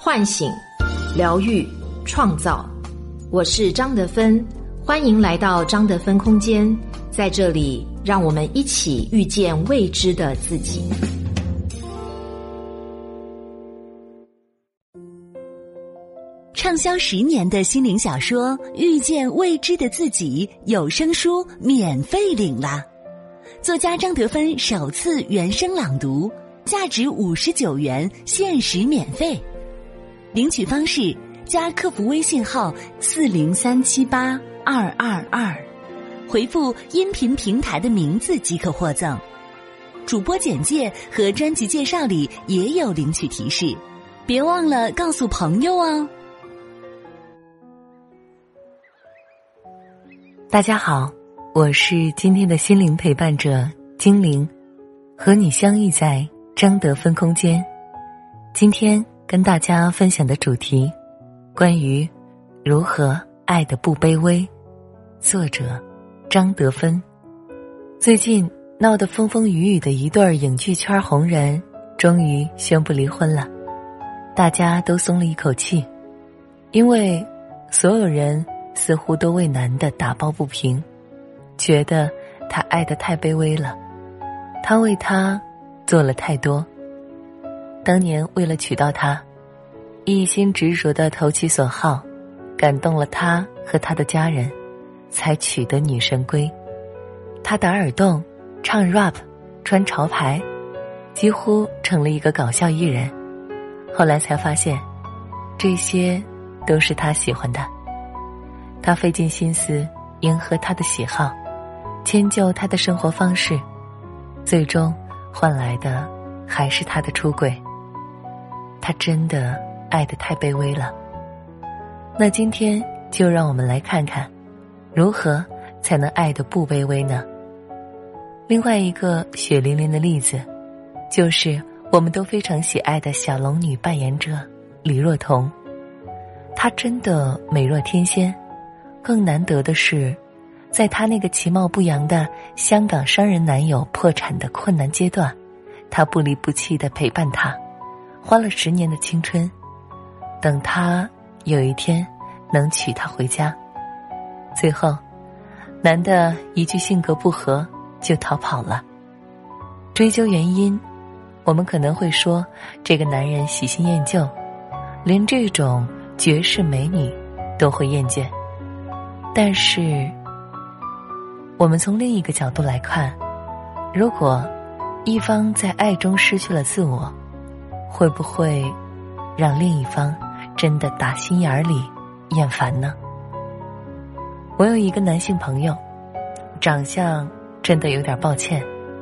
唤醒、疗愈、创造。我是张德芬，欢迎来到张德芬空间，在这里让我们一起遇见未知的自己。 畅销10年的心灵小说《遇见未知的自己》有声书免费领啦！作家张德芬首次原声朗读，价值59元，限时免费。领取方式：加客服微信号403782222，回复音频平台的名字即可获赠。主播简介和专辑介绍里也有领取提示，别忘了告诉朋友哦。 大家好，我是今天的心灵陪伴者精灵，和你相遇在张德芬空间。今天跟大家分享的主题，关于如何爱得不卑微，作者张德芬。最近闹得风风雨雨的一对影剧圈红人终于宣布离婚了，大家都松了一口气，因为所有人似乎都为男的打抱不平，觉得他爱得太卑微了，他为他做了太多。当年为了娶到她，一心执着地投其所好，感动了他和他的家人，才娶得女神归。他打耳洞，唱 rap， 穿潮牌，几乎成了一个搞笑艺人。后来才发现，这些都是他喜欢的。他费尽心思迎合他的喜好，迁就他的生活方式，最终换来的还是他的出轨。他真的爱得太卑微了。那今天就让我们来看看，如何才能爱得不卑微呢？另外一个血淋淋的例子，就是我们都非常喜爱的小龙女扮演者李若彤。她真的美若天仙，更难得的是，在她那个其貌不扬的香港商人男友破产的困难阶段，她不离不弃地陪伴他，花了10年的青春，等他有一天能娶她回家。最后男的一句性格不合就逃跑了。追究原因，我们可能会说这个男人喜新厌旧，连这种绝世美女都会厌倦。但是我们从另一个角度来看，如果一方在爱中失去了自我，会不会让另一方真的打心眼里厌烦呢？我有一个男性朋友，长相真的有点抱歉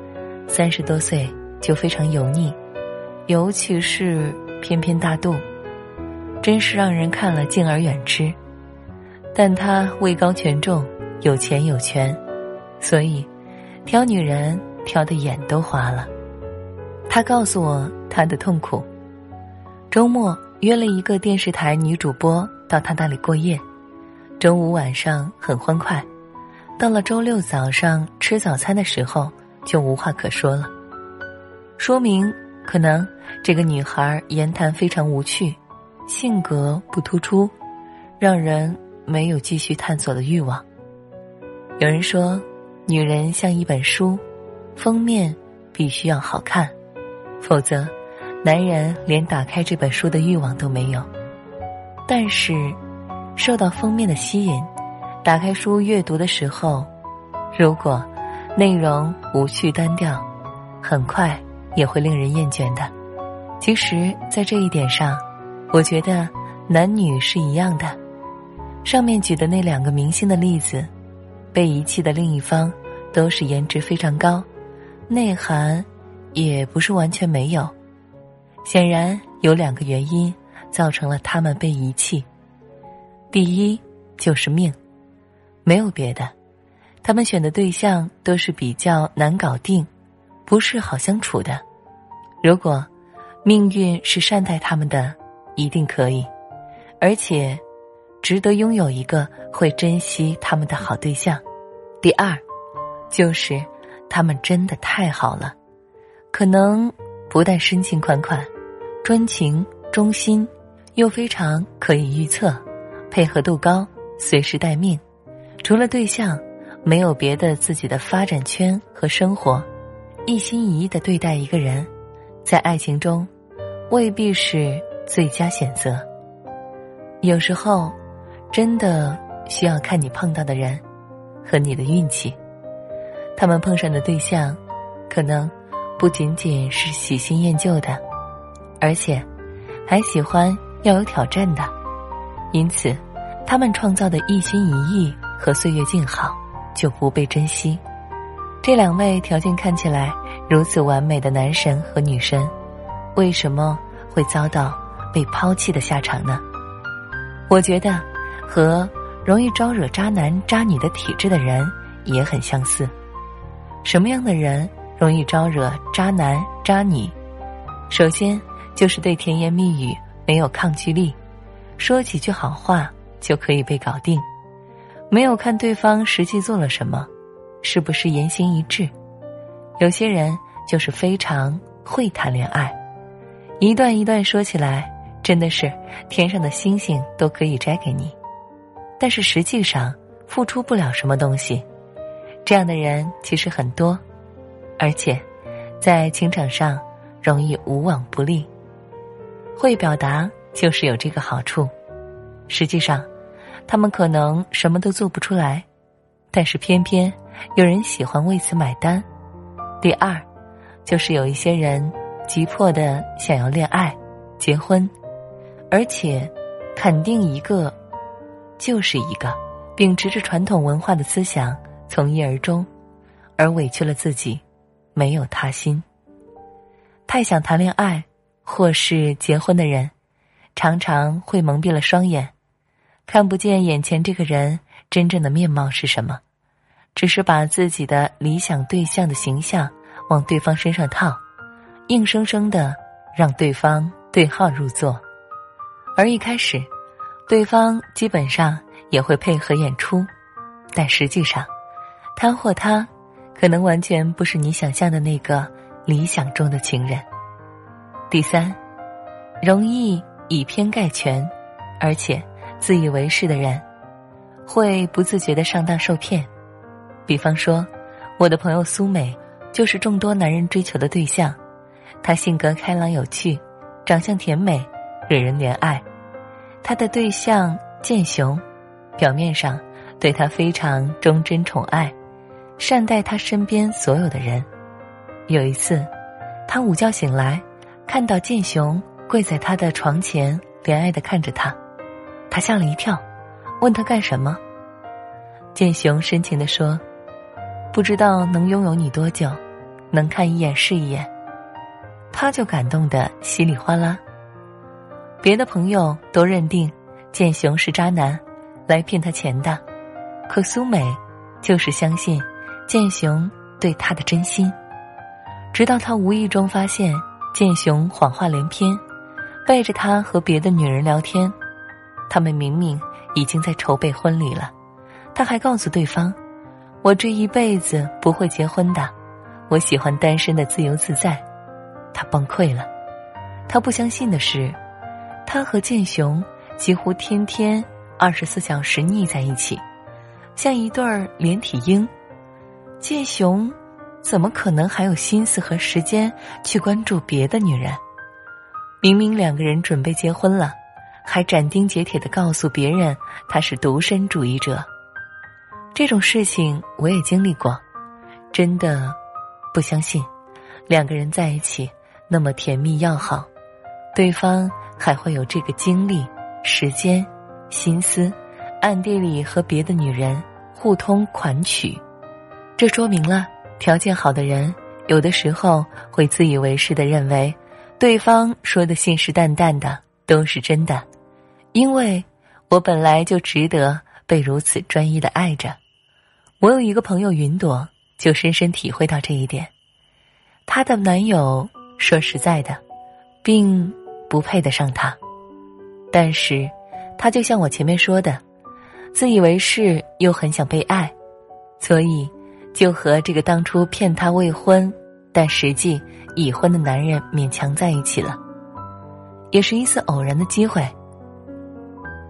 ，30多岁就非常油腻，尤其是偏偏大肚，真是让人看了敬而远之。但他位高权重，有钱有权，所以挑女人挑得眼都花了。他告诉我他的痛苦，周末约了一个电视台女主播到他那里过夜，周五晚上很欢快，到了周六早上吃早餐的时候就无话可说了。说明可能这个女孩言谈非常无趣，性格不突出，让人没有继续探索的欲望。有人说，女人像一本书，封面必须要好看，否则男人连打开这本书的欲望都没有。但是受到封面的吸引，打开书阅读的时候，如果内容无趣单调，很快也会令人厌倦的。其实在这一点上，我觉得男女是一样的。上面举的那2个明星的例子，被遗弃的另一方都是颜值非常高，内涵也不是完全没有。显然有2个原因造成了他们被遗弃。第一就是命，没有别的，他们选的对象都是比较难搞定，不是好相处的。如果命运是善待他们的，一定可以，而且值得拥有一个会珍惜他们的好对象。第二就是他们真的太好了，可能不但深情款款，专情忠心， 又非常可以预测，配合度高，随时待命。除了对象，没有别的自己的发展圈和生活，一心一意地对待一个人，在爱情中未必是最佳选择。有时候真的需要看你碰到的人和你的运气，他们碰上的对象可能不仅仅是喜新厌旧的，而且还喜欢要有挑战的，因此他们创造的一心一意和岁月静好就不被珍惜。这两位条件看起来如此完美的男神和女神，为什么会遭到被抛弃的下场呢？我觉得和容易招惹渣男渣女的体质的人也很相似。什么样的人容易招惹渣男渣女？首先就是对甜言蜜语没有抗拒力，说几句好话就可以被搞定，没有看对方实际做了什么，是不是言行一致。有些人就是非常会谈恋爱，一段一段说起来，真的是天上的星星都可以摘给你，但是实际上付出不了什么东西。这样的人其实很多，而且在情场上容易无往不利。会表达就是有这个好处，实际上他们可能什么都做不出来，但是偏偏有人喜欢为此买单。第二，就是有一些人急迫地想要恋爱结婚，而且肯定一个就是一个，秉持着传统文化的思想从一而终，而委屈了自己，没有他心。太想谈恋爱或是结婚的人，常常会蒙蔽了双眼，看不见眼前这个人真正的面貌是什么，只是把自己的理想对象的形象往对方身上套，硬生生的让对方对号入座。而一开始对方基本上也会配合演出，但实际上他或她可能完全不是你想象的那个理想中的情人。第三，容易以偏概全，而且自以为是的人会不自觉地上当受骗。比方说，我的朋友苏美就是众多男人追求的对象，她性格开朗有趣，长相甜美，惹人怜爱。她的对象建雄表面上对她非常忠贞宠爱，善待她身边所有的人。有一次她午觉醒来，看到建雄跪在她的床前怜爱地看着她，她吓了一跳，问他干什么。建雄深情地说，不知道能拥有你多久，能看一眼是一眼。他就感动得稀里哗啦。别的朋友都认定建雄是渣男来骗他钱的，可苏美就是相信建雄对他的真心。直到他无意中发现建雄谎话连篇，背着他和别的女人聊天，他们明明已经在筹备婚礼了，他还告诉对方，我这一辈子不会结婚的，我喜欢单身的自由自在。他崩溃了。他不相信的是，他和建雄几乎天天24小时腻在一起，像一对连体婴。建雄怎么可能还有心思和时间去关注别的女人？明明两个人准备结婚了，还斩钉截铁地告诉别人他是独身主义者。这种事情我也经历过，真的不相信两个人在一起那么甜蜜要好，对方还会有这个精力、时间、心思，暗地里和别的女人互通款曲。这说明了条件好的人有的时候会自以为是地认为对方说的信誓旦旦的都是真的，因为我本来就值得被如此专一地爱着。我有一个朋友云朵就深深体会到这一点，她的男友说实在的并不配得上她，但是她就像我前面说的，自以为是又很想被爱，所以就和这个当初骗她未婚但实际已婚的男人勉强在一起了。也是一次偶然的机会，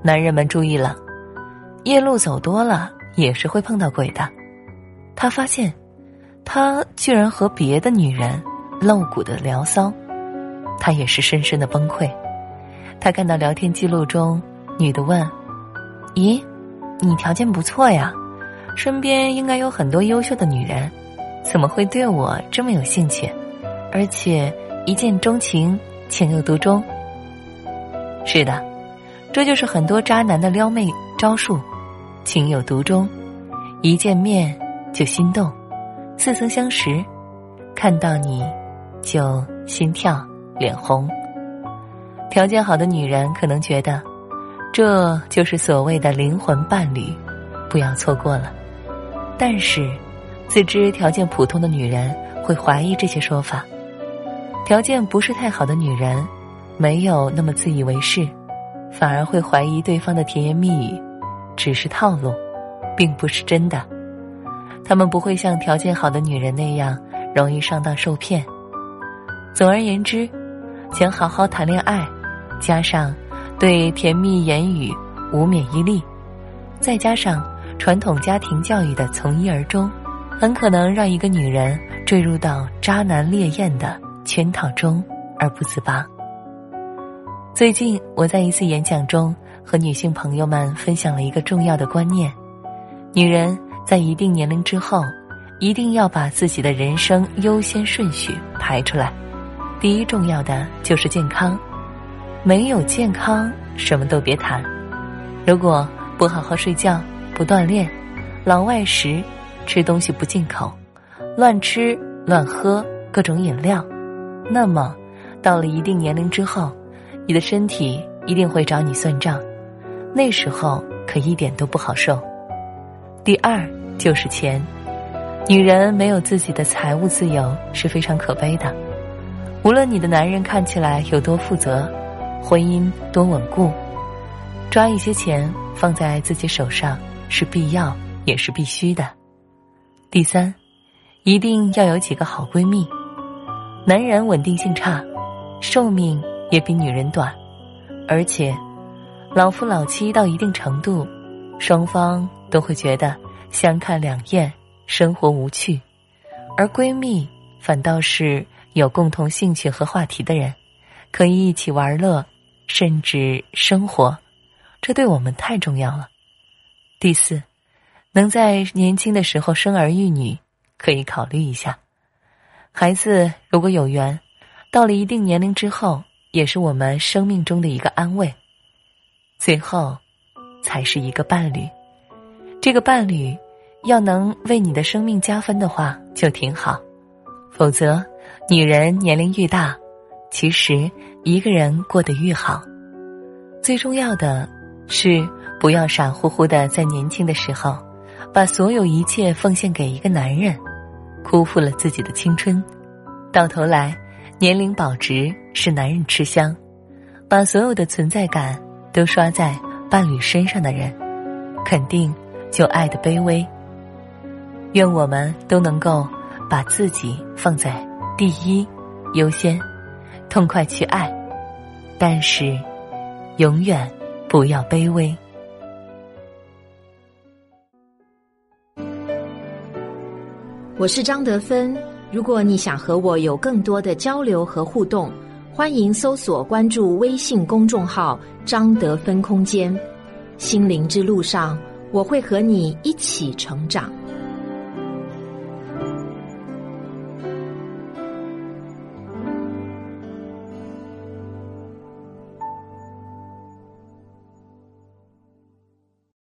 男人们注意了，夜路走多了也是会碰到鬼的。他发现他居然和别的女人露骨的聊骚，他也是深深的崩溃。他看到聊天记录中女的问，咦，你条件不错呀，身边应该有很多优秀的女人，怎么会对我这么有兴趣，而且一见钟情，情有独钟？是的，这就是很多渣男的撩妹招数，情有独钟，一见面就心动，似曾相识，看到你就心跳脸红。条件好的女人可能觉得这就是所谓的灵魂伴侣，不要错过了。但是自知条件普通的女人会怀疑这些说法，条件不是太好的女人没有那么自以为是，反而会怀疑对方的甜言蜜语只是套路，并不是真的。她们不会像条件好的女人那样容易上当受骗。总而言之，想好好谈恋爱，加上对甜蜜言语无免一例，再加上传统家庭教育的从一而终，很可能让一个女人坠入到渣男烈焰的圈套中而不自拔。最近我在一次演讲中和女性朋友们分享了一个重要的观念，女人在一定年龄之后一定要把自己的人生优先顺序排出来。第一重要的就是健康，没有健康什么都别谈。如果不好好睡觉，不锻炼，老外食，吃东西不进口，乱吃乱喝各种饮料，那么到了一定年龄之后，你的身体一定会找你算账，那时候可一点都不好受。第二就是钱，女人没有自己的财务自由是非常可悲的。无论你的男人看起来有多负责，婚姻多稳固，抓一些钱放在自己手上是必要也是必须的。第三，一定要有几个好闺蜜。男人稳定性差，寿命也比女人短，而且老夫老妻到一定程度，双方都会觉得相看两厌，生活无趣。而闺蜜反倒是有共同兴趣和话题的人，可以一起玩乐，甚至生活，这对我们太重要了。第四，能在年轻的时候生儿育女，可以考虑一下。孩子如果有缘，到了一定年龄之后，也是我们生命中的一个安慰。最后才是一个伴侣，这个伴侣要能为你的生命加分的话就挺好，否则女人年龄愈大，其实一个人过得愈好。最重要的是不要傻乎乎的在年轻的时候把所有一切奉献给一个男人，辜负了自己的青春，到头来年龄保值是男人吃香，把所有的存在感都刷在伴侣身上的人，肯定就爱得卑微。愿我们都能够把自己放在第一优先，痛快去爱，但是永远不要卑微。 我是张德芬，如果你想和我有更多的交流和互动，欢迎搜索关注微信公众号张德芬空间。心灵之路上，我会和你一起成长。